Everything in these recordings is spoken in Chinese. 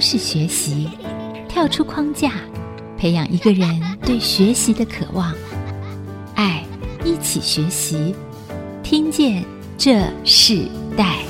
是学习，跳出框架，培养一个人对学习的渴望。爱，一起学习，听见这世代。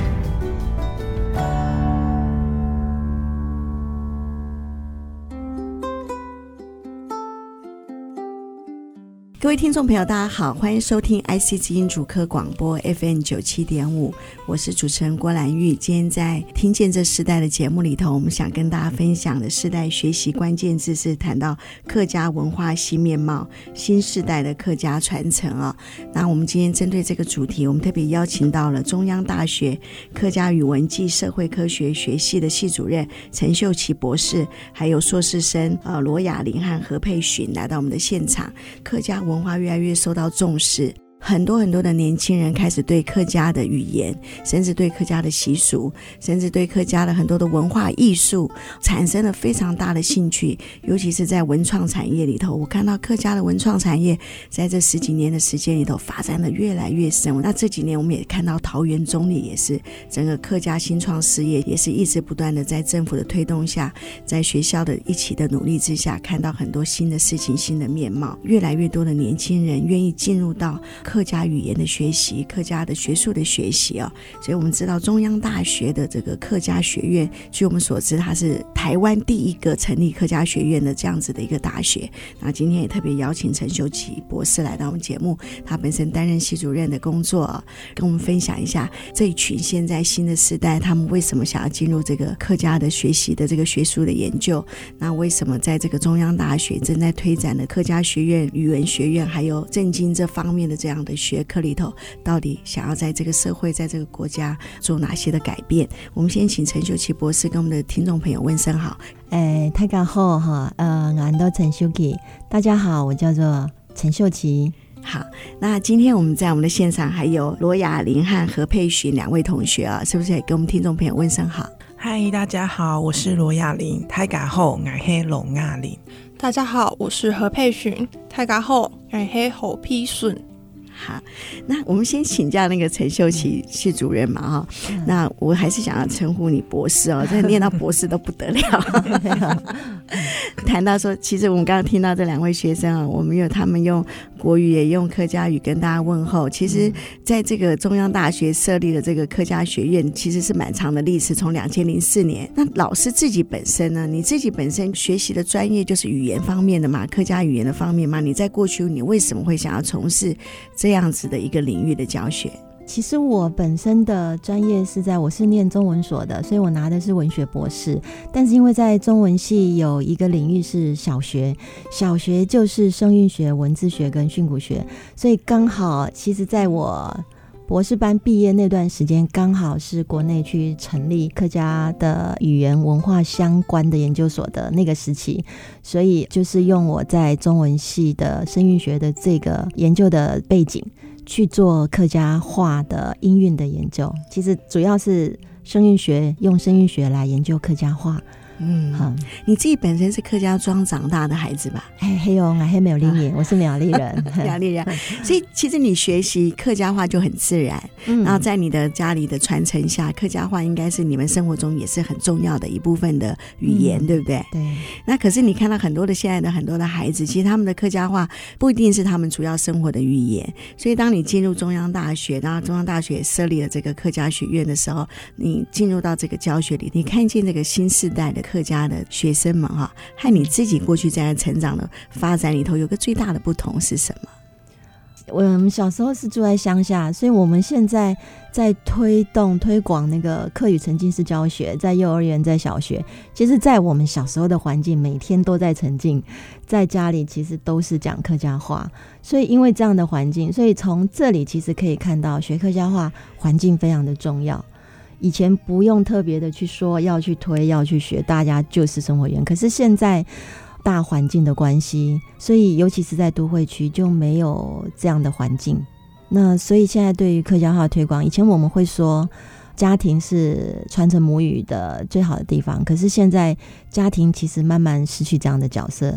各位听众朋友大家好，欢迎收听 IC 之音主科广播 FM97.5， 我是主持人郭兰玉。今天在听见这世代的节目里头，我们想跟大家分享的世代学习关键字是谈到客家文化新面貌，新世代的客家传承啊。那我们今天针对这个主题，我们特别邀请到了中央大学客家语文暨社会科学学系的系主任陈秀琪博士，还有硕士生罗雅玲和何佩寻来到我们的现场。客家文化越来越受到重视，很多的年轻人开始对客家的语言，甚至对客家的习俗，甚至对客家的很多的文化艺术产生了非常大的兴趣。尤其是在文创产业里头，我看到客家的文创产业在这10几年的时间里头发展的越来越深。那这几年我们也看到桃园中坜也是整个客家新创事业也是一直不断的在政府的推动下，在学校的一起的努力之下，看到很多新的事情，新的面貌。越来越多的年轻人愿意进入到客家语言的学习，客家的学术的学习哦。所以我们知道中央大学的这个客家学院，据我们所知它是台湾第一个成立客家学院的这样子的一个大学。那今天也特别邀请陈秀琪博士来到我们节目，他本身担任系主任的工作跟我们分享一下这一群现在新的世代他们为什么想要进入这个客家的学习的这个学术的研究，那为什么在这个中央大学正在推展的客家学院、语文学院还有政经这方面的这样的学科里头，到底想要在这个社会在这个国家做哪些的改变。我们先请陈秀琪博士跟我们的听众朋友问声好。 大家好哈，俺都陈秀琪，大家好，我叫做陈秀琪。 好，那今天我们在我们的现场还有罗雅玲和何佩寻两位同学啊，是不是也跟我们听众朋友问声好？ 嗨，大家好，我是罗雅玲，大家好，我是罗雅玲。 大家好，我是何佩寻，大家好，我是何佩寻。 好，那我们先请教那个陈秀琪系主任嘛那我还是想要称呼你博士哦，这念到博士都不得了。谈到说，其实我们刚刚听到这两位学生我们他们用国语也用客家语跟大家问候。其实在这个中央大学设立的这个客家学院其实是蛮长的历史，从2004年。那老师自己本身呢，你自己本身学习的专业就是语言方面的嘛，客家语言的方面嘛，你在过去你为什么会想要从事这样子的一个领域的教学？ 其实我本身的专业我是念中文所的，所以我拿的是文学博士。但是因为在中文系有一个领域是小学就是声韵学、文字学跟训诂学，所以刚好其实在我博士班毕业那段时间，刚好是国内去成立客家的语言文化相关的研究所的那个时期，所以就是用我在中文系的声韵学的这个研究的背景去做客家话的音韵的研究。其实主要是声韵学，用声韵学来研究客家话。 你自己本身是客家庄长大的孩子吧？ 嘿哦，我是苗栗人，我是苗栗人。 苗栗人，所以其实你学习客家话就很自然。然后在你的家里的传承下，客家话应该是你们生活中也是很重要的一部分的语言，对不对？ 对。 那可是你看到现在的很多的孩子，其实他们的客家话不一定是他们主要生活的语言。所以当你进入中央大学，然后中央大学设立了这个客家学院的时候，你进入到这个教学里，你看见这个新世代的客家的学生们和你自己过去在成长的发展里头有个最大的不同是什么？ 我们小时候是住在乡下，所以我们现在在推广那个客语沉浸式教学，在幼儿园在小学，其实在我们小时候的环境每天都在沉浸，在家里其实都是讲客家话，所以因为这样的环境，所以从这里其实可以看到学客家话环境非常的重要。以前不用特别的去说要去推要去学，大家就是生活园，可是现在大环境的关系，所以尤其是在都会区就没有这样的环境。那所以现在对于客家话推广，以前我们会说家庭是传承母语的最好的地方，可是现在家庭其实慢慢失去这样的角色，比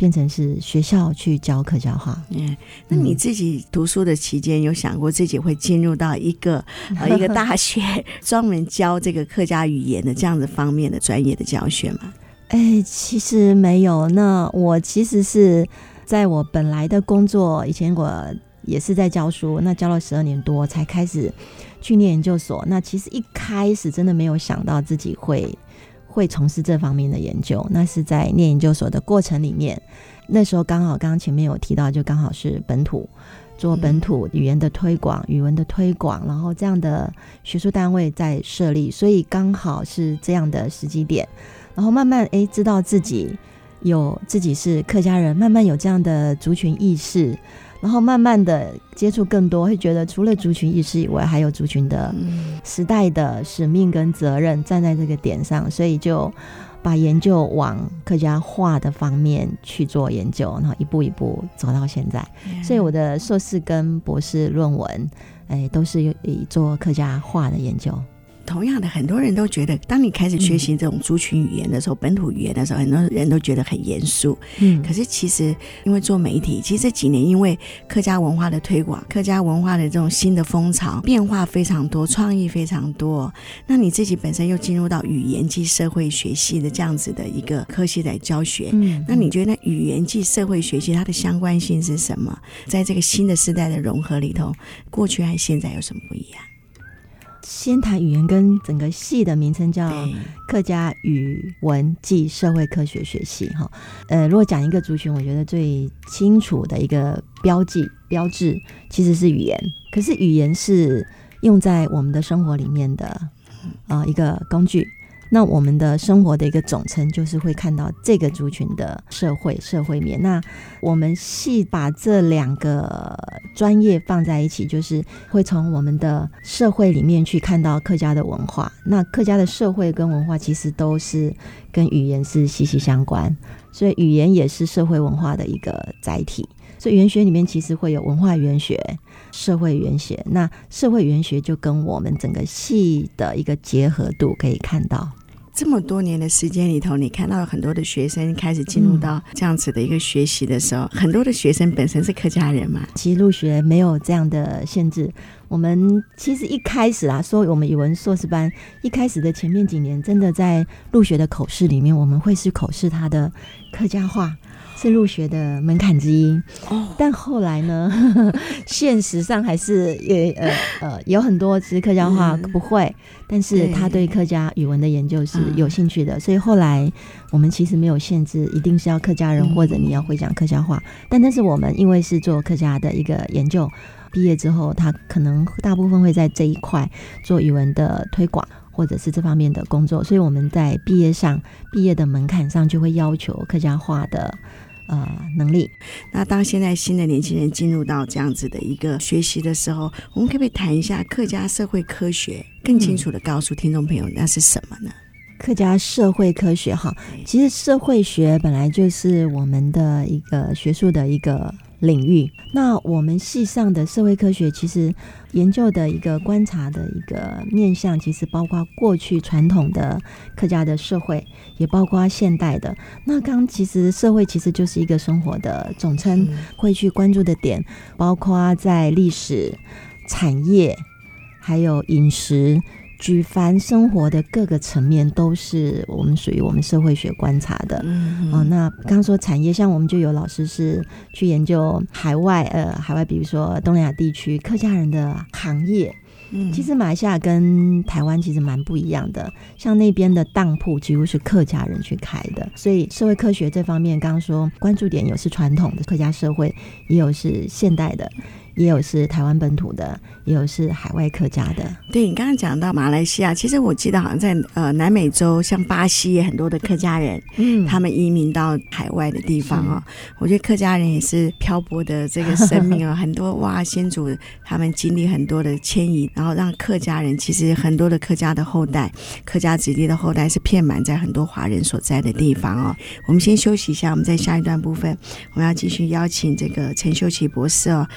变成是学校去教客家话。 那你自己读书的期间有想过自己会进入到一个大学专门教这个客家语言的这样子方面的专业的教学吗？ 其实没有。那我其实是在我本来的工作，以前我也是在教书，那教了12年多才开始去念研究所。那其实一开始真的没有想到自己会从事这方面的研究，那是在念研究所的过程里面，那时候刚刚前面有提到，就刚好是本土做本土语言的推广、语文的推广，然后这样的学术单位在设立，所以刚好是这样的时机点，然后慢慢知道自己是客家人，慢慢有这样的族群意识，然后慢慢的接触更多，会觉得除了族群意识以外，还有族群的时代的使命跟责任站在这个点上，所以就把研究往客家话的方面去做研究，然后一步一步走到现在。所以我的硕士跟博士论文都是以做客家话的研究。 同样的，很多人都觉得当你开始学习这种族群语言的时候，本土语言的时候，很多人都觉得很严肃。可是其实因为做媒体，其实这几年因为客家文化的推广，客家文化的这种新的风潮变化非常多，创意非常多。那你自己本身又进入到语言及社会学系的这样子的一个科系来教学，那你觉得那语言及社会学系它的相关性是什么？在这个新的时代的融合里头，过去和现在有什么不一样？ 先谈语言，跟整个系的名称叫客家语文暨社会科学学系。如果讲一个族群，我觉得最清楚的一个标志其实是语言。可是语言是用在我们的生活里面的一个工具，那我们的生活的一个总称就是会看到这个族群的社会面。那我们系把这两个专业放在一起，就是会从我们的社会里面去看到客家的文化。那客家的社会跟文化其实都是跟语言是息息相关，所以语言也是社会文化的一个载体。所以语言学里面其实会有文化语言学、社会语言学，那社会语言学就跟我们整个系的一个结合度可以看到。 这么多年的时间里头，你看到很多的学生开始进入到这样子的一个学习的时候，很多的学生本身是客家人嘛？ 其实入学没有这样的限制。我们其实一开始说我们语文硕士班一开始的前面几年，真的在入学的口试里面，我们会是口试他的客家话，是入学的门槛之一。但后来呢，现实上还是有很多其实客家话不会，但是他对客家语文的研究是有兴趣的，所以后来我们其实没有限制一定是要客家人或者你要会讲客家话，但是我们因为是做客家的一个研究，毕业之后他可能大部分会在这一块做语文的推广或者是这方面的工作，所以我们在毕业的门槛上就会要求客家话的能力。 那当现在新的年轻人进入到这样子的一个学习的时候，我们可不可以谈一下客家社会科学，更清楚的告诉听众朋友那是什么呢？ 客家社会科学其实社会学本来就是我们的一个学术的一个领域，那我们系上的社会科学其实研究的一个观察的一个面向，其实包括过去传统的客家的社会，也包括现代的。那其实社会其实就是一个生活的总称，会去关注的点包括在历史、产业还有饮食，举凡生活的各个层面都是我们属于我们社会学观察的。那刚刚说产业，像我们就有老师是去研究海外比如说东南亚地区客家人的行业。其实马来西亚跟台湾其实蛮不一样的，像那边的当铺几乎是客家人去开的，所以社会科学这方面刚刚说关注点有是传统的客家社会，也有是现代的，也有是台湾本土的，也有是海外客家的。 对，你刚刚讲到马来西亚，其实我记得好像在南美洲，像巴西也很多的客家人，他们移民到海外的地方我觉得客家人也是漂泊的这个生命很多先祖他们经历很多的迁移，然后让客家人其实很多的客家的后代，客家子弟的后代是遍满在很多华人所在的地方我们先休息一下，我们在下一段部分我们要继续邀请这个陈秀琪博士带他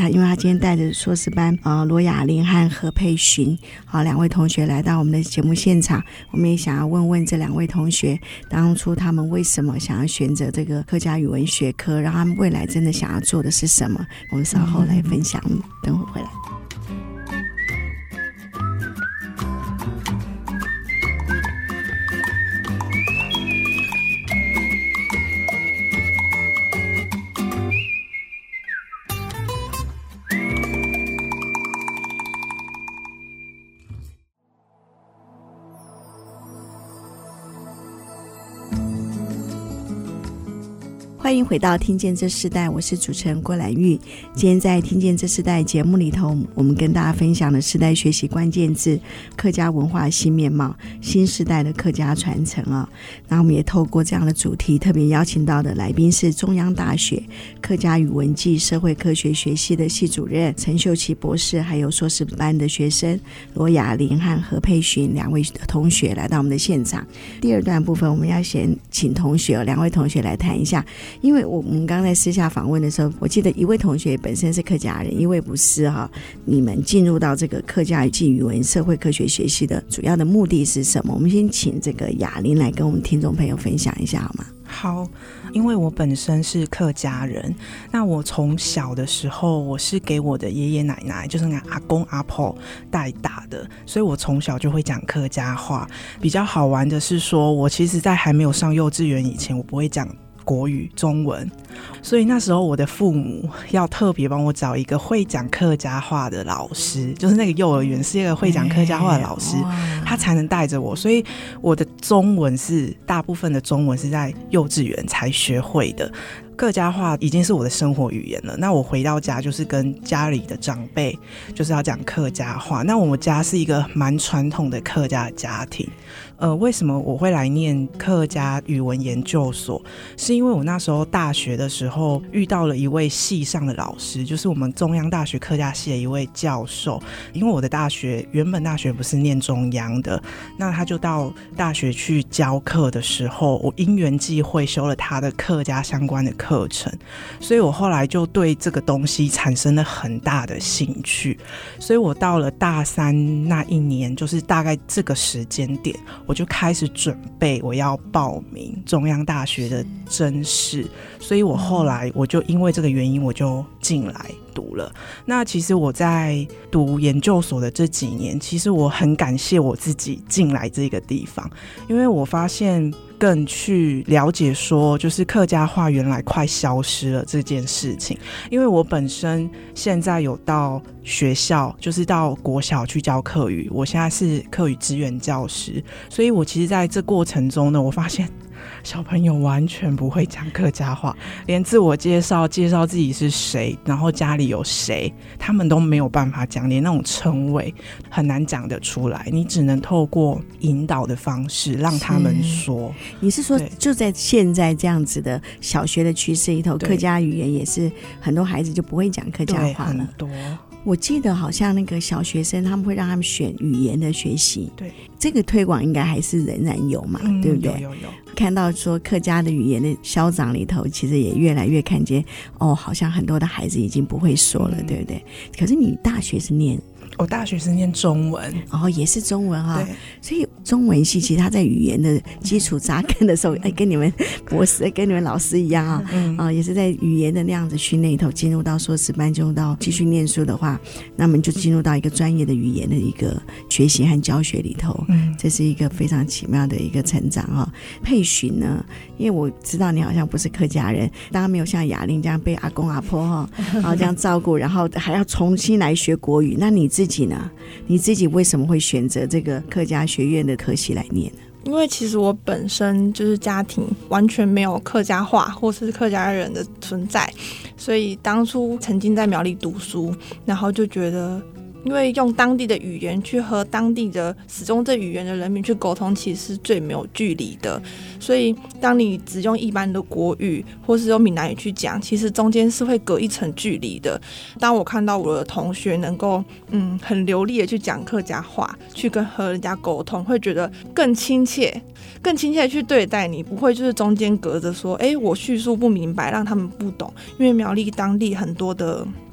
因为他今天带着硕士班罗雅玲和何佩寻两位同学来到我们的节目现场，我们也想要问问这两位同学当初他们为什么想要选择这个客家语文学科，然后他们未来真的想要做的是什么，我们稍后来分享，等会回来。欢迎回到听见这世代，我是主持人郭兰玉。今天在听见这世代节目里头，我们跟大家分享的世代学习关键字，客家文化新面貌，新时代的客家传承那我们也透过这样的主题，特别邀请到的来宾是中央大学客家语文暨社会科学学系的系主任陈秀琪博士，还有硕士班的学生罗雅玲和何佩寻两位同学来到我们的现场。第二段部分，我们要先请同学两位同学来谈一下，因为我们刚才私下访问的时候，我记得一位同学本身是客家人，一位不是你们进入到这个客家暨语文社会科学学系的主要的目的是什么？我们先请这个雅玲来跟我们听众朋友分享一下好吗？ 好，因为我本身是客家人，那我从小的时候我是给我的爷爷奶奶，就是阿公阿婆带大的，所以我从小就会讲客家话。比较好玩的是说，我其实在还没有上幼稚园以前，我不会讲国语中文，所以那时候我的父母要特别帮我找一个会讲客家话的老师，就是那个幼儿园是一个会讲客家话的老师，他才能带着我，所以我的中文是大部分的中文是在幼稚园才学会的。客家话已经是我的生活语言了，那我回到家就是跟家里的长辈就是要讲客家话。那我们家是一个蛮传统的客家家庭，为什么我会来念客家语文研究所，是因为我那时候大学的时候遇到了一位系上的老师，就是我们中央大学客家系的一位教授。因为我的原本大学不是念中央的，那他就到大学去教课的时候，我因缘际会修了他的客家相关的课程，所以我后来就对这个东西产生了很大的兴趣。所以我到了大三那一年，就是大概这个时间点，我就开始准备我要报名中央大学的甄试，所以我后来我就因为这个原因我就进来读了。那其实我在读研究所的这几年，其实我很感谢我自己进来这个地方，因为我发现更去了解说就是客家话原来快消失了这件事情。因为我本身现在有到学校，就是到国小去教客语，我现在是客语支援教师，所以我其实在这过程中呢，我发现小朋友完全不会讲客家话，连自我介绍自己是谁，然后家里有谁，他们都没有办法讲，连那种称谓很难讲得出来，你只能透过引导的方式让他们说。 你是说就在现在这样子的小学的趋势里头，客家语言也是很多孩子就不会讲客家话了？ 很多。 我记得好像那个小学生他们会让他们选语言的学习， 对， 这个推广应该还是仍然有嘛，对不对？ 有看到说客家的语言的校长里头，其实也越来越看见好像很多的孩子已经不会说了，对不对？可是你大学是念？ 我大学是念中文， 也是中文对， 所以中文系其实他在语言的基础扎根的时候，跟你们博士、跟你们老师一样也是在语言的那样子训练里头，进入到硕士班，进入到继续念书的话，那么就进入到一个专业的语言的一个学习和教学里头，这是一个非常奇妙的一个成长佩寻呢，因为我知道你好像不是客家人，当然没有像雅玲这样被阿公阿婆然后这样照顾，然后还要重新来学国语，那你自己呢？你自己为什么会选择这个客家学院的科系来念呢？ 因为其实我本身就是家庭完全没有客家话或是客家人的存在，所以当初曾经在苗栗读书，然后就觉得因为用当地的语言去和当地的使用这语言的人民去沟通，其实是最没有距离的。所以当你只用一般的国语或是用闽南语去讲，其实中间是会隔一层距离的。当我看到我的同学能够很流利的去讲客家话，去和人家沟通，会觉得更亲切的去对待你，不会就是中间隔着说我叙述不明白让他们不懂。因为苗栗当地很多的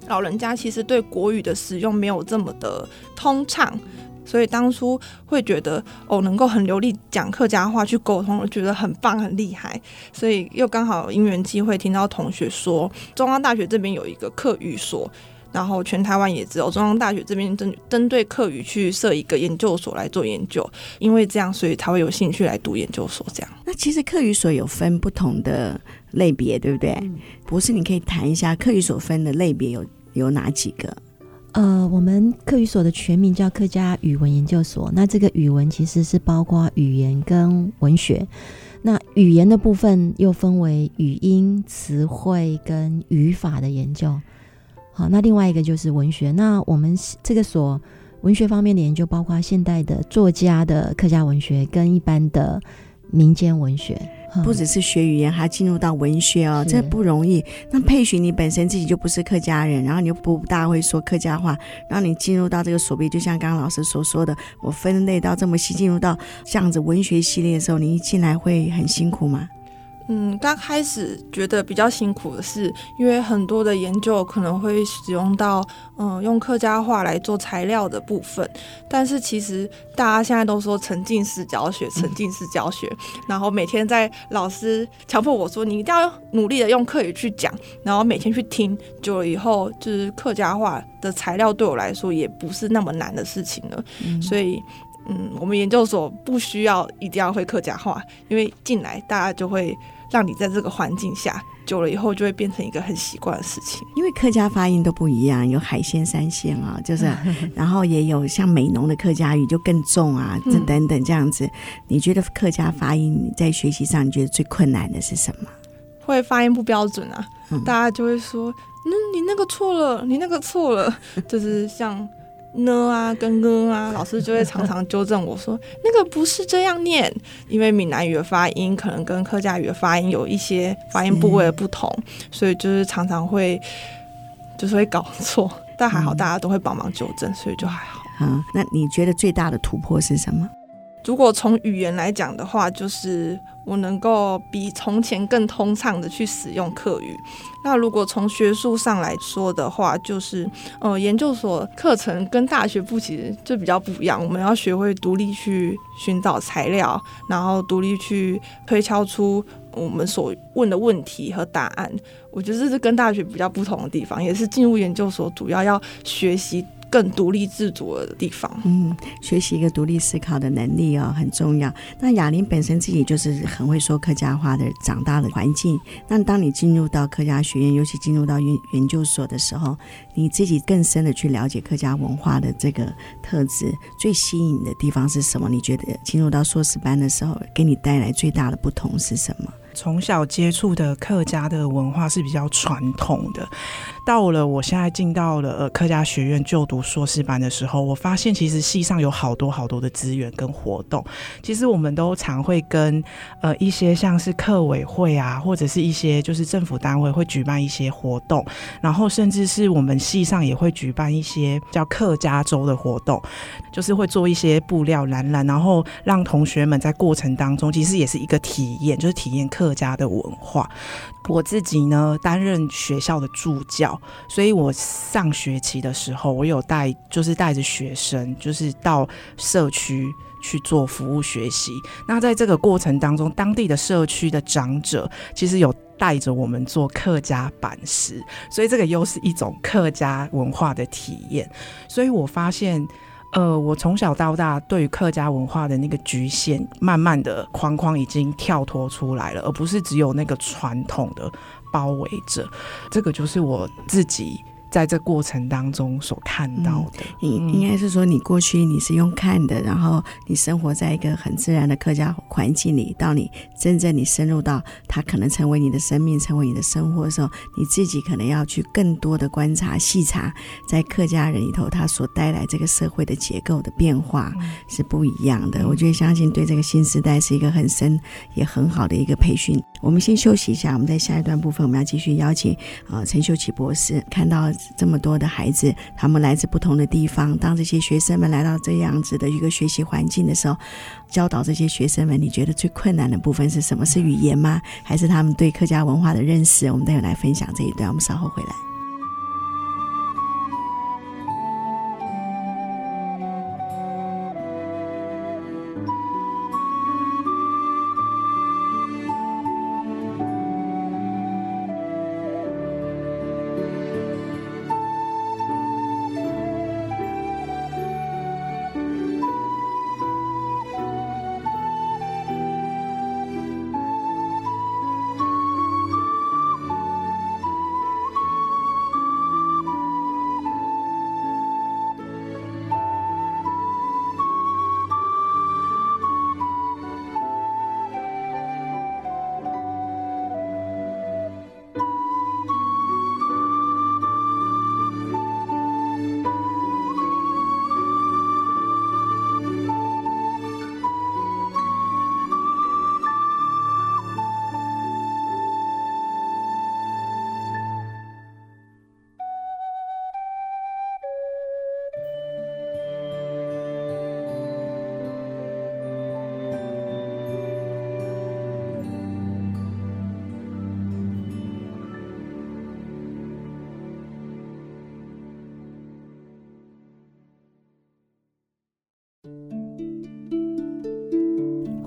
老人家其实对国语的使用没有这么的通畅，所以当初会觉得能够很流利讲客家话去沟通，我觉得很棒很厉害，所以又刚好因缘机会听到同学说中央大学这边有一个客语所，然后全台湾也只有中央大学这边针对客语去设一个研究所来做研究，因为这样所以才会有兴趣来读研究所这样。 那其实客语所有分不同的类别对不对？博士你可以谈一下客语所分的类别有哪几个？ 我们客语所的全名叫客家语文研究所，那这个语文其实是包括语言跟文学，那语言的部分又分为语音、词汇跟语法的研究。好，那另外一个就是文学，那我们这个所文学方面的研究包括现代的作家的客家文学跟一般的民间文学， 不只是学语言还进入到文学这不容易。那佩璇你本身自己就不是客家人，然后你又不大会说客家话，然后你进入到这个所谓就像刚刚老师所说的我分类到这么细，进入到这样子文学系列的时候，你一进来会很辛苦吗？ 刚开始觉得比较辛苦的是，因为很多的研究可能会使用到用客家话来做材料的部分，但是其实大家现在都说沉浸式教学，然后每天在老师强迫我说你一定要努力的用客语去讲，然后每天去听，久了以后就是客家话的材料对我来说也不是那么难的事情了，所以我们研究所不需要一定要会客家话，因为进来大家就会让你在这个环境下久了以后就会变成一个很习惯的事情。 因为客家发音都不一样，有海鲜三线就是然后也有像美浓的客家语就更重等等这样子。你觉得客家发音在学习上你觉得最困难的是什么？ 会发音不标准大家就会说你那个错了，你那个错了就是像呢跟老师就会常常纠正我说那个不是这样念，因为闽南语的发音可能跟客家语的发音有一些发音部位的不同，所以就是常常会搞错，但还好大家都会帮忙纠正，所以就还好。 那你觉得最大的突破是什么？ 如果从语言来讲的话，就是我能够比从前更通畅的去使用客语。那如果从学术上来说的话，就是研究所课程跟大学部其实就比较不一样，我们要学会独立去寻找材料，然后独立去推敲出我们所问的问题和答案。我觉得这是跟大学比较不同的地方，也是进入研究所主要学习更独立自主的地方。 学习一个独立思考的能力很重要。那雅琳本身自己就是很会说客家话的长大的环境，那当你进入到客家学院，尤其进入到研究所的时候，你自己更深的去了解客家文化的这个特质，最吸引你的地方是什么？你觉得进入到硕士班的时候给你带来最大的不同是什么？ 从小接触的客家的文化是比较传统的，到了我现在进到了客家学院就读硕士班的时候，我发现其实系上有好多好多的资源跟活动。其实我们都常会跟一些像是客委会或者是一些就是政府单位会举办一些活动，然后甚至是我们系上也会举办一些叫客家周的活动，就是会做一些布料展览，然后让同学们在过程当中其实也是一个体验，就是体验客家的文化。我自己呢担任学校的助教，所以我上学期的时候我有带着学生就是到社区去做服务学习。那在这个过程当中，当地的社区的长者其实有带着我们做客家板石，所以这个又是一种客家文化的体验。所以我发现我从小到大对于客家文化的那个局限，慢慢的框框已经跳脱出来了，而不是只有那个传统的包围着。这个就是我自己在这过程当中所看到的。 应该是说你过去你是用看的，然后你生活在一个很自然的客家环境里，到你真正你深入到它可能成为你的生命，成为你的生活的时候，你自己可能要去更多的观察细察在客家人里头他所带来这个社会的结构的变化是不一样的。我觉得相信对这个新时代是一个很深也很好的一个培训。我们先休息一下，我们在下一段部分我们要继续邀请陈秀琪博士。看到这么多的孩子，他们来自不同的地方，当这些学生们来到这样子的一个学习环境的时候，教导这些学生们，你觉得最困难的部分是什么？是语言吗？还是他们对客家文化的认识？我们待会来分享这一段，我们稍后回来。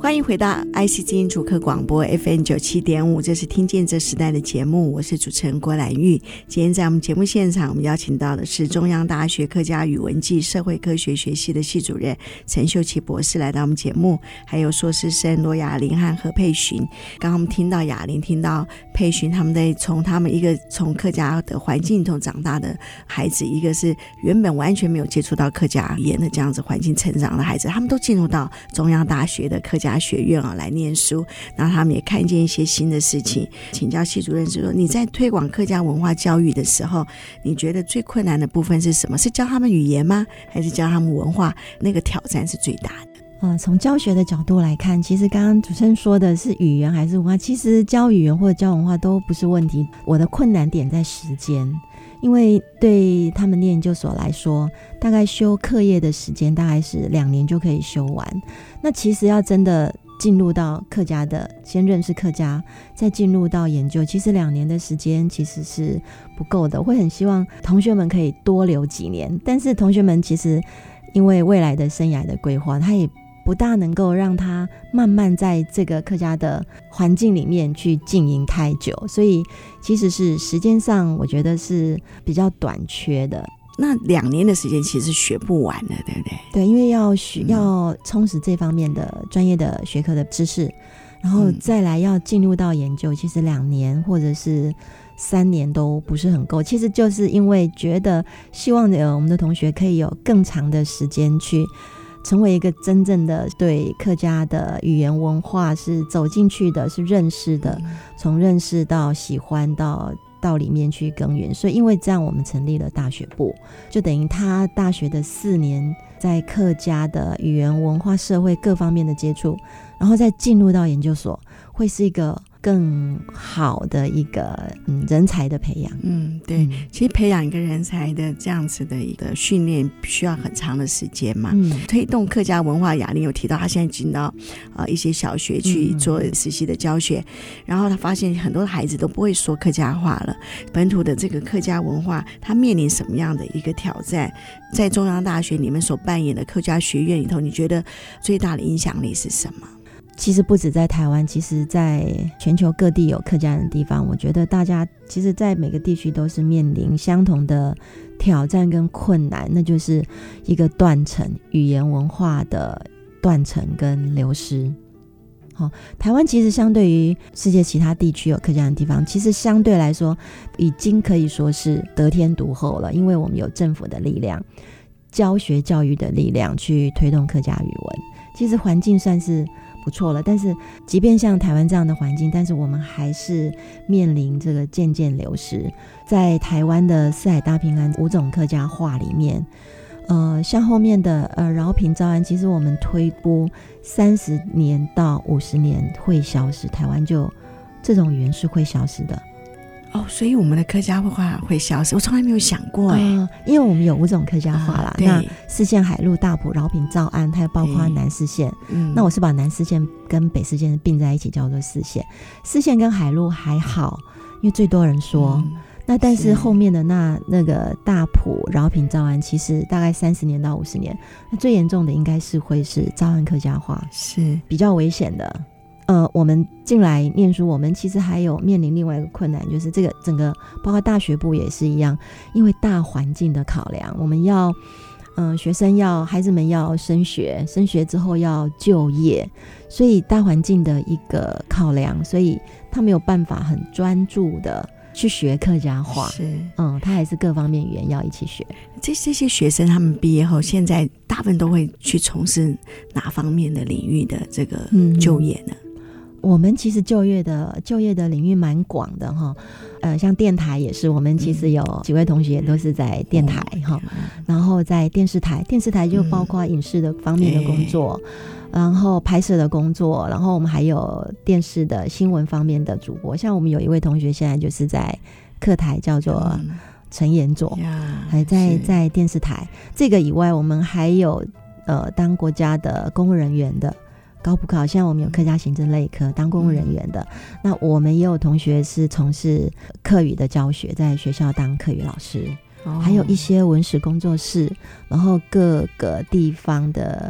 欢迎回到 IC 之音主客广播 FM 97.5，这是听见这时代的节目，我是主持人郭兰玉。今天在我们节目现场，我们邀请到的是中央大学客家语文暨社会科学学系的系主任陈秀琪博士来到我们节目，还有硕士生罗雅玲和何佩寻。刚刚我们听到雅玲，听到佩寻，他们在从他们一个从客家的环境中长大的孩子，一个是原本完全没有接触到客家语言的这样子环境成长的孩子，他们都进入到中央大学的客家学院来念书，然后他们也看见一些新的事情。请教系主任是说，你在推广客家文化教育的时候，你觉得最困难的部分是什么？是教他们语言吗？还是教他们文化？那个挑战是最大的。 从教学的角度来看，其实刚刚主持人说的是语言还是文化，其实教语言或者教文化都不是问题。我的困难点在时间，因为对他们念研究所来说，大概修课业的时间大概是2年就可以修完。那其实要真的进入到客家的，先认识客家，再进入到研究，其实2年的时间其实是不够的。我会很希望同学们可以多留几年，但是同学们其实因为未来的生涯的规划，他也不大能够让他慢慢在这个客家的环境里面去经营太久，所以其实是时间上我觉得是比较短缺的。 那2年的时间其实学不完的，对不对？ 对，因为要充实这方面的专业的学科的知识，然后再来要进入到研究，其实2年或者是3年都不是很够。其实就是因为觉得希望我们的同学可以有更长的时间去成为一个真正的对客家的语言文化是走进去的，是认识的，从认识到喜欢到里面去耕耘。所以因为这样我们成立了大学部，就等于他大学的4年在客家的语言文化社会各方面的接触，然后再进入到研究所，会是一个更好的一个人才的培养。 对，其实培养一个人才的这样子的一个训练需要很长的时间嘛。推动客家文化，雅玲有提到他现在进到一些小学去做实习的教学，然后他发现很多孩子都不会说客家话了。本土的这个客家文化他面临什么样的一个挑战？在中央大学你们所扮演的客家学院里头，你觉得最大的影响力是什么？ 其实不止在台湾，其实在全球各地有客家人的地方，我觉得大家其实在每个地区都是面临相同的挑战跟困难，那就是一个断层，语言文化的断层跟流失。台湾其实相对于世界其他地区有客家人的地方，其实相对来说已经可以说是得天独厚了，因为我们有政府的力量，教学教育的力量去推动客家语文，其实环境算是不错了。但是即便像台湾这样的环境，但是我们还是面临这个渐渐流失。在台湾的四海大平安5种客家话里面，像后面的饶平诏安，其实我们推估30年到50年会消失，台湾就这种语言是会消失的。 所以我们的客家话会消失，我从来没有想过因为我们有5种客家话啦，那四县、海陆、大埔、饶平、诏安，还有包括南四县。那我是把南四县跟北四县并在一起叫做四县。四县跟海陆还好，因为最多人说。那但是后面的那个大埔、饶平、诏安，其实大概30年到50年，那最严重的应该是会是诏安客家话，是比较危险的。我们进来念书，我们其实还有面临另外一个困难，就是这个整个包括大学部也是一样，因为大环境的考量，我们要孩子们要升学之后要就业，所以大环境的一个考量，所以他没有办法很专注的去学客家话，他还是各方面语言要一起学。 这些学生他们毕业后，现在大部分都会去从事哪方面的领域的这个就业呢？ 我们其实就业的领域蛮广的哈，像电台也是，我们其实有几位同学也都是在电台哈，然后在电视台就包括影视的方面的工作，然后拍摄的工作，然后我们还有电视的新闻方面的主播，像我们有一位同学现在就是在客台叫做陈延佐，还在电视台。这个以外，我们还有当国家的公务人员的。高普考，现在我们有客家行政类科当公务人员的，那我们也有同学是从事客语的教学，在学校当客语老师，还有一些文史工作室，然后各个地方的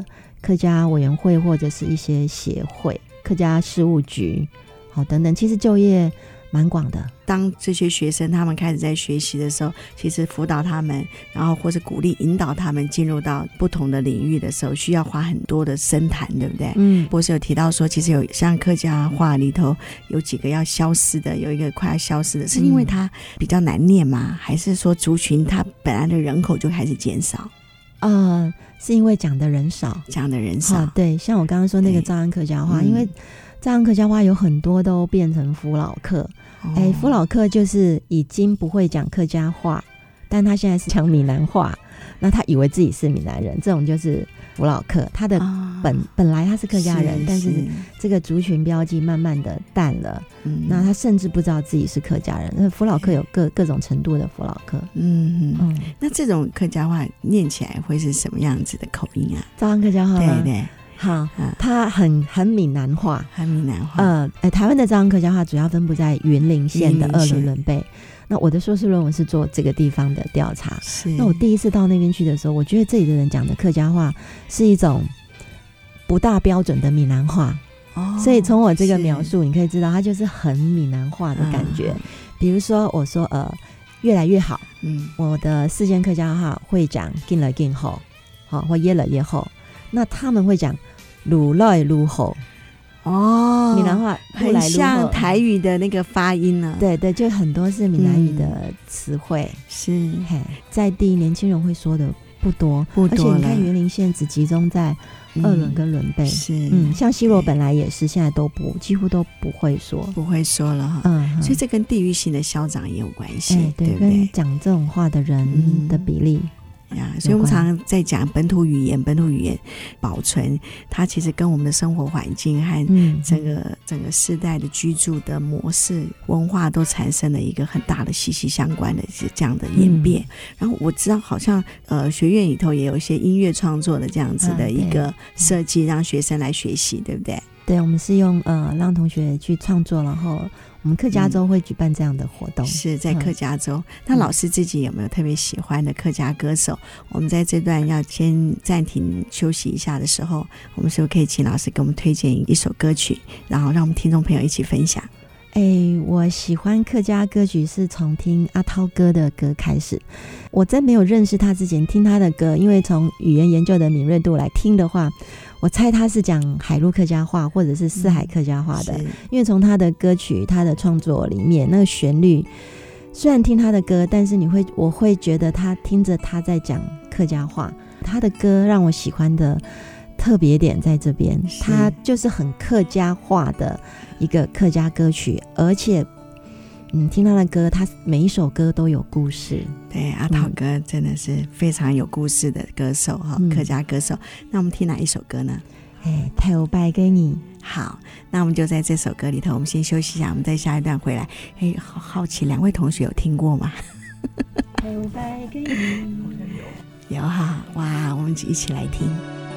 客家委员会或者是一些协会、客家事务局好等等，其实就业蛮广的。 当这些学生他们开始在学习的时候，其实辅导他们，然后或是鼓励引导他们进入到不同的领域的时候，需要花很多的深谈，对不对？博士有提到说，其实有像客家话里头有几个要消失的，有一个快要消失的，是因为它比较难念吗？还是说族群它本来的人口就开始减少？ 是因为讲的人少，对，像我刚刚说那个诏安客家话，因为诏安客家话有很多都变成福老客。福老客就是已经不会讲客家话，但他现在是讲闽南话，那他以为自己是闽南人，这种就是福老客。他的本来他是客家人，但是这个族群标记慢慢的淡了，那他甚至不知道自己是客家人。那福老客有各种程度的福老客。 那这种客家话念起来会是什么样子的口音啊？ 诏安客家话吗？ 对， 好，它很闽南话，台湾的诏安客家话主要分布在云林县的2仑贝。那我的硕士论文是做这个地方的调查。那我第一次到那边去的时候，我觉得这里的人讲的客家话是一种不大标准的闽南话。所以从我这个描述，你可以知道它就是很闽南话的感觉。比如说我说越来越好，我的4间客家话会讲进了进后，好，或耶了耶后。那他们会讲愈来愈好闽南话很像台语的那个发音呢。 对，就很多是闽南语的词汇， 是在地年轻人会说的不多，而且你看云林县只集中在2仑跟仑贝，像西螺本来也是，现在几乎都不会说了哈。所以这跟地域性的消长也有关系，对不对？ 跟讲这种话的人的比例。 所以我们常常在讲本土语言保存，它其实跟我们的生活环境和整个世代的居住的模式文化都产生了一个很大的息息相关的这样的演变。然后我知道好像学院里头也有一些音乐创作的这样子的一个设计，让学生来学习，对不对？ 对，我们是用让同学去创作，然后我们客家州会举办这样的活动。 是在客家州。那老师自己有没有特别喜欢的客家歌手？我们在这段要先暂停休息一下的时候，我们是不是可以请老师给我们推荐一首歌曲，然后让我们听众朋友一起分享？ 我喜欢客家歌曲是从听阿涛哥的歌开始。我在没有认识他之前听他的歌，因为从语言研究的敏锐度来听的话，我猜他是讲海陆客家话或者是四海客家话的。因为从他的歌曲他的创作里面那个旋律，虽然听他的歌，但是我会觉得他听着他在讲客家话。他的歌让我喜欢的特别点在这边，他就是很客家话的一个客家歌曲，而且听他的歌，他每一首歌都有故事。 对，阿涛哥真的是非常有故事的歌手客家歌手。那我们听哪一首歌呢？ 头摆给你。 好，那我们就在这首歌里头，我们先休息一下，我们再下一段回来。好奇两位同学有听过吗？ 头摆给你。 有哈，哇，我们一起来听。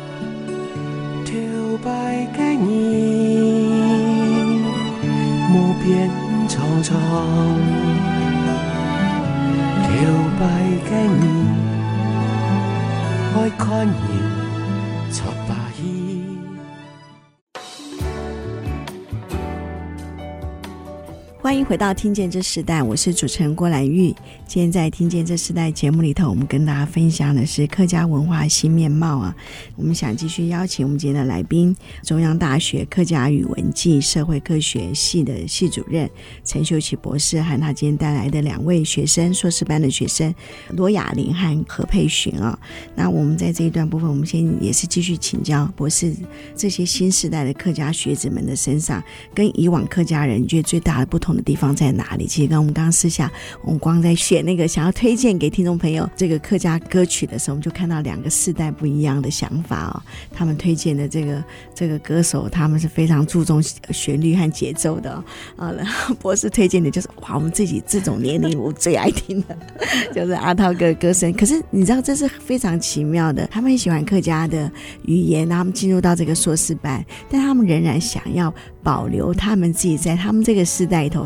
头摆给你，莫变苍苍。头摆给你，爱看见七八亿。 欢迎回到听见这时代，我是主持人郭兰玉。今天在听见这时代节目里头，我们跟大家分享的是客家文化新面貌啊。我们想继续邀请我们今天的来宾，中央大学客家语文暨社会科学系的系主任陈秀琪博士，和他今天带来的2位学生，硕士班的学生罗雅玲和何佩珣啊。那我们在这一段部分，我们先也是继续请教博士，这些新时代的客家学子们的身上，跟以往客家人，你觉得最大的不同的地方在哪里？其实我们刚刚私下，我们光在选那个想要推荐给听众朋友这个客家歌曲的时候，我们就看到2个世代不一样的想法他们推荐的这个歌手，他们是非常注重旋律和节奏的然后博士推荐的就是哇，我们自己这种年龄我最爱听的就是阿涛哥的歌声。可是你知道这是非常奇妙的，他们很喜欢客家的语言，然后他们进入到这个硕士班，但他们仍然想要保留他们自己在他们这个世代里头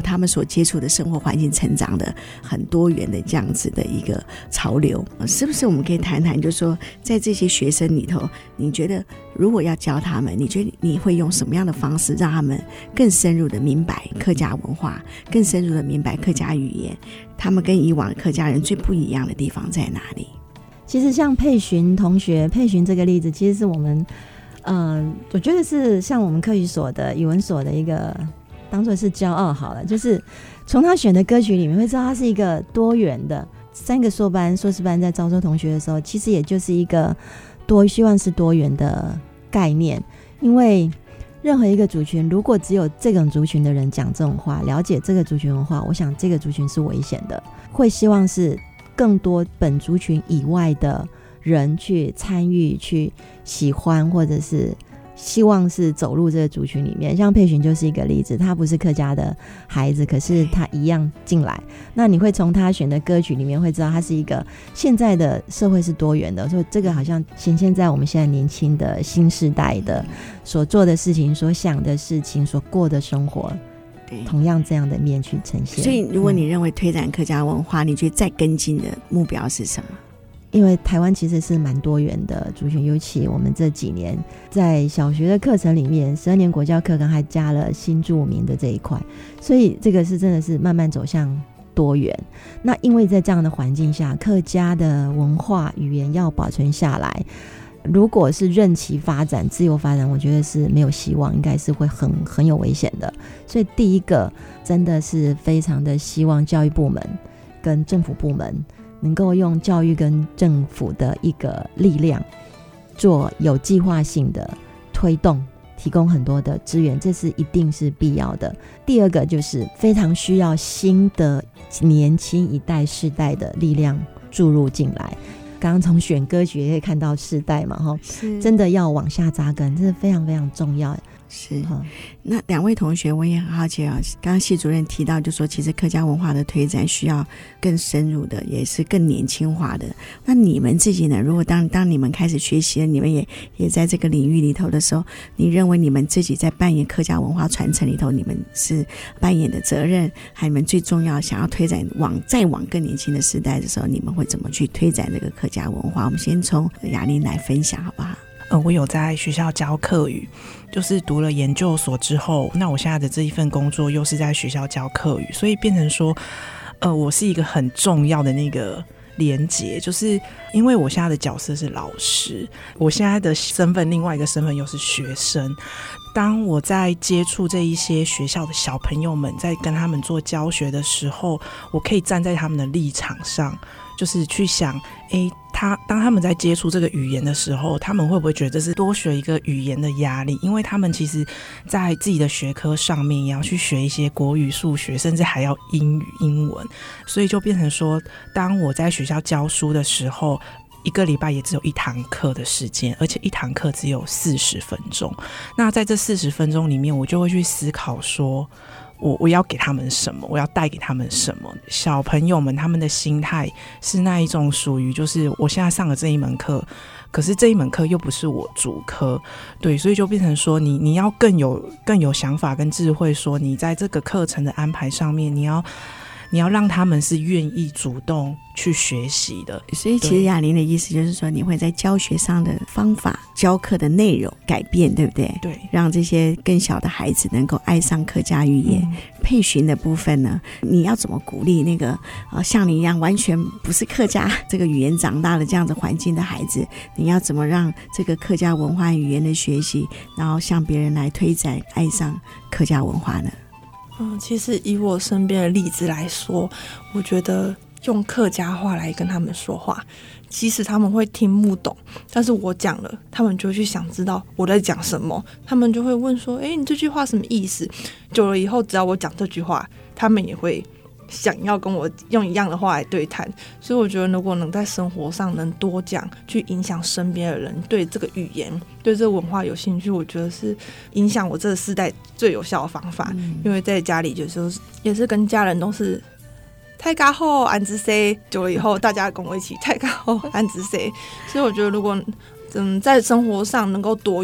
他们所接触的生活环境成长的很多元的这样子的一个潮流，是不是我们可以谈谈，就是说在这些学生里头，你觉得如果要教他们，你觉得你会用什么样的方式让他们更深入的明白客家文化，更深入的明白客家语言，他们跟以往的客家人最不一样的地方在哪里？ 其实像佩珣同学，佩珣这个例子其实是我们我觉得是像我们客语所的语文所的一个当作是骄傲好了，就是从他选的歌曲里面会知道他是一个多元的，3个硕班硕士班在招收同学的时候，其实也就是一个希望是多元的概念。因为任何一个族群如果只有这种族群的人讲这种话，了解这个族群文化，我想这个族群是危险的，会希望是更多本族群以外的人去参与，去喜欢，或者是希望是走入这个族群里面。像佩珣就是一个例子，他不是客家的孩子，可是他一样进来，那你会从他选的歌曲里面会知道他是一个现在的社会是多元的，所以这个好像显现在我们现在年轻的新世代的所做的事情，所想的事情，所过的生活，同样这样的面去呈现。 所以如果你认为推展客家文化，你觉得再跟进的目标是什么？ 因为台湾其实是蛮多元的族群，尤其我们这几年在小学的课程里面，12年国教课纲还加了新住民的这一块，所以这个是真的是慢慢走向多元。那因为在这样的环境下，客家的文化语言要保存下来，如果是任其发展自由发展，我觉得是没有希望，应该是会很有危险的。所以第一个真的是非常的希望教育部门跟政府部门能够用教育跟政府的一个力量做有计划性的推动，提供很多的资源，这是一定是必要的。第二个就是非常需要新的年轻一代世代的力量注入进来。刚刚从选歌曲也可以看到世代嘛，真的要往下扎根，这是非常非常重要。 是，那2位同学我也很好奇啊，刚刚系主任提到就说其实客家文化的推展需要更深入的，也是更年轻化的。那你们自己呢，如果当你们开始学习了，你们也在这个领域里头的时候，你认为你们自己在扮演客家文化传承里头，你们是扮演的责任，还有你们最重要想要推展再往更年轻的时代的时候，你们会怎么去推展这个客家文化？我们先从雅琳来分享好不好？ 我有在学校教客语，就是读了研究所之后，那我现在的这一份工作又是在学校教客语，所以变成说我是一个很重要的那个连结，就是因为我现在的角色是老师，我现在的身份另外一个身份又是学生。当我在接触这一些学校的小朋友们，在跟他们做教学的时候，我可以站在他们的立场上，就是去想当他们在接触这个语言的时候，他们会不会觉得这是多学一个语言的压力？因为他们其实在自己的学科上面也要去学一些国语、数学，甚至还要英文，所以就变成说，当我在学校教书的时候，1个礼拜也只有1堂课的时间，而且1堂课只有40分钟。那在这40分钟里面，我就会去思考说，我要给他们什么，我要带给他们什么。小朋友们他们的心态是那一种属于就是我现在上了这一门课，可是这一门课又不是我主科，对，所以就变成说你要更有想法跟智慧，说你在这个课程的安排上面，你要让他们是愿意主动去学习的。 所以其实雅琳的意思就是说，你会在教学上的方法、教课的内容改变，对不对？ 对， 让这些更小的孩子能够爱上客家语言。配训的部分呢，你要怎么鼓励那个像你一样完全不是客家这个语言长大的这样子环境的孩子，你要怎么让这个客家文化语言的学习，然后向别人来推展爱上客家文化呢？ 其实以我身边的例子来说，我觉得用客家话来跟他们说话，即使他们会听不懂，但是我讲了，他们就会去想知道我在讲什么，他们就会问说你这句话什么意思？久了以后，只要我讲这句话，他们也会想要跟我用一样的话来对谈。所以我觉得如果能在生活上能多讲，去影响身边的人对这个语言、对这个文化有兴趣，我觉得是影响我这个世代最有效的方法。因为在家里就是也是跟家人都是太家好安子 say， 久了以后大家跟我一起太家好安子 say， 所以我觉得如果在生活上能够多用，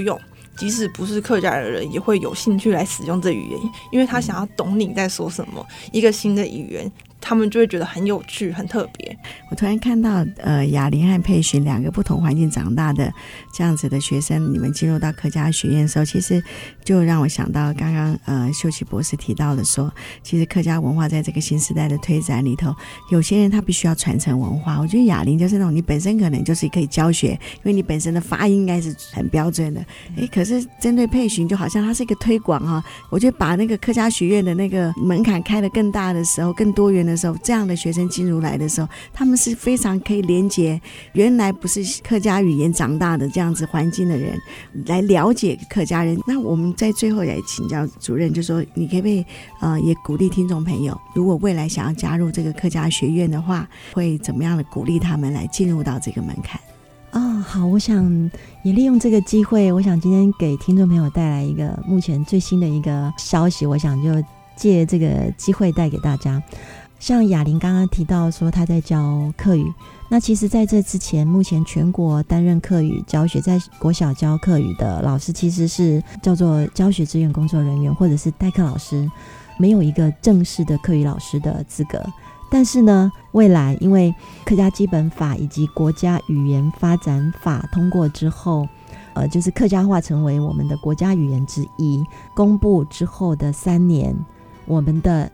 即使不是客家的人也会有兴趣来使用这语言，因为他想要懂你在说什么，一个新的语言他们就会觉得很有趣很特别。 我突然看到雅玲和佩璇两个不同环境长大的这样子的学生，你们进入到客家学院的时候，其实就让我想到刚刚秀琪博士提到的说，其实客家文化在这个新时代的推展里头，有些人他必须要传承文化。我觉得雅玲就是那种你本身可能就是可以教学，因为你本身的发音应该是很标准的，可是针对佩璇就好像它是一个推广啊，我觉得把那个客家学院的那个门槛开得更大的时候，更多元的时候，这样的学生进入来的时候，他们是非常可以连接原来不是客家语言长大的这样子环境的人，来了解客家人。那我们在最后来请教主任，就说你可不可以也鼓励听众朋友，如果未来想要加入这个客家学院的话，会怎么样的鼓励他们来进入到这个门槛？ 好，我想也利用这个机会，我想今天给听众朋友带来一个目前最新的一个消息，我想就借这个机会带给大家。像雅玲刚刚提到说她在教客语，那其实在这之前，目前全国担任客语教学，在国小教客语的老师其实是叫做教学支援工作人员或者是代课老师，没有一个正式的客语老师的资格。但是呢，未来因为客家基本法以及国家语言发展法通过之后，就是客家话成为我们的国家语言之一，公布之后的3年，我们的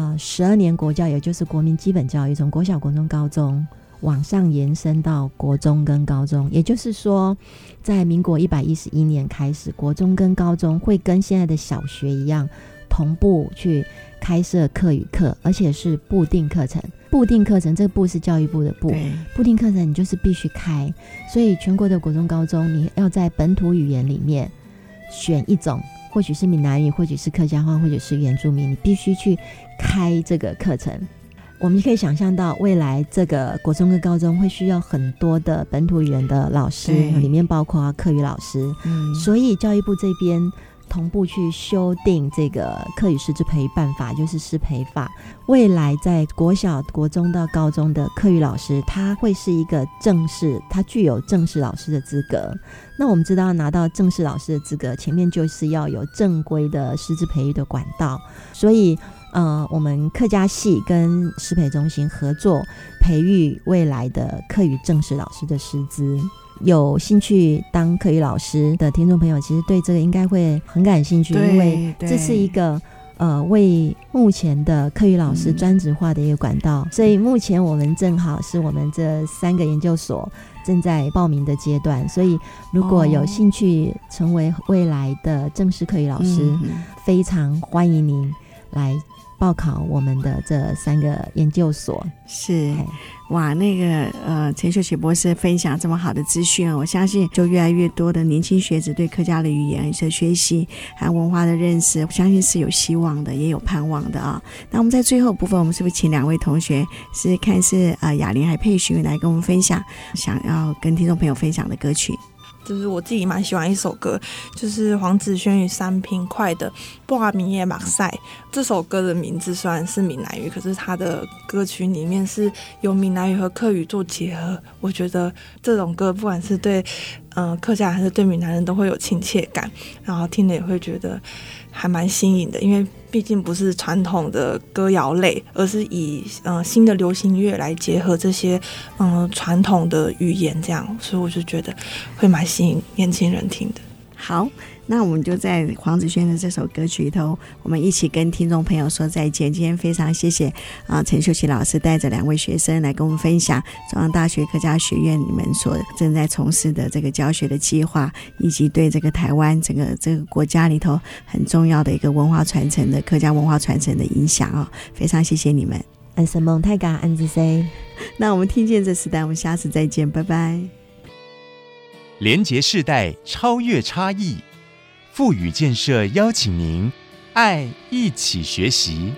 12年国教，也就是国民基本教育，从国小、国中、高中往上延伸到国中跟高中，也就是说在民国111年开始，国中跟高中会跟现在的小学一样同步去开设客语课，而且是部定课程。部定课程，这个部是教育部的部，部定课程你就是必须开，所以全国的国中高中你要在本土语言里面选一种，或许是闽南语，或许是客家话，或者是原住民，你必须去开这个课程。我们可以想象到未来这个国中跟高中会需要很多的本土语言的老师，里面包括客语老师，所以教育部这边同步去修订这个客语师资培育办法，就是师培法。未来在国小、国中到高中的客语老师，他会是一个正式，他具有正式老师的资格。那我们知道拿到正式老师的资格，前面就是要有正规的师资培育的管道，所以我们客家系跟师培中心合作，培育未来的客语正式老师的师资。有兴趣当客语老师的听众朋友，其实对这个应该会很感兴趣，因为这是一个为目前的客语老师专职化的一个管道，所以目前我们正好是我们这3个研究所正在报名的阶段，所以如果有兴趣成为未来的正式客语老师，非常欢迎您来报考我们的这3个研究所。 是哇，那个陈秀琪博士分享这么好的资讯，我相信就越来越多的年轻学子对客家的语言的学习还有文化的认识，我相信是有希望的，也有盼望的啊。那我们在最后部分，我们是不是请2位同学是看是雅玲还佩璇来跟我们分享想要跟听众朋友分享的歌曲？ 就是我自己蛮喜欢一首歌，就是黄子轩与3平快的《半暝的目屎》。这首歌的名字虽然是闽南语，可是它的歌曲里面是由闽南语和客语做结合。我觉得这种歌不管是对客家还是对闽南人都会有亲切感，然后听了也会觉得还蛮新颖的，因为毕竟不是传统的歌谣类，而是以新的流行乐来结合这些传统的语言，这样，所以我就觉得会蛮吸引年轻人听的。 好，那我们就在黄子轩的这首歌曲里头，我们一起跟听众朋友说再见。今天非常谢谢陈秀琪老师带着2位学生来跟我们分享中央大学客家学院你们所正在从事的这个教学的计划，以及对这个台湾整个这个国家里头很重要的一个文化传承的客家文化传承的影响非常谢谢你们。 安什蒙太嘎安之 C， 那我们听见这时代，我们下次再见，拜拜。 连结世代，超越差异，富予建设邀请您爱一起学习。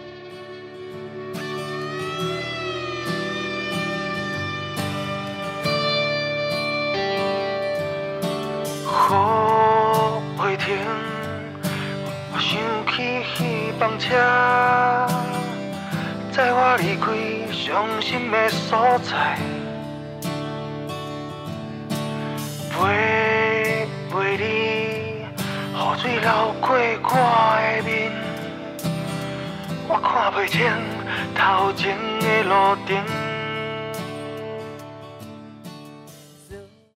雨未停，我想起希望车，载我离开伤心的所在。陪你流过我的面，我看袂清头前的路灯。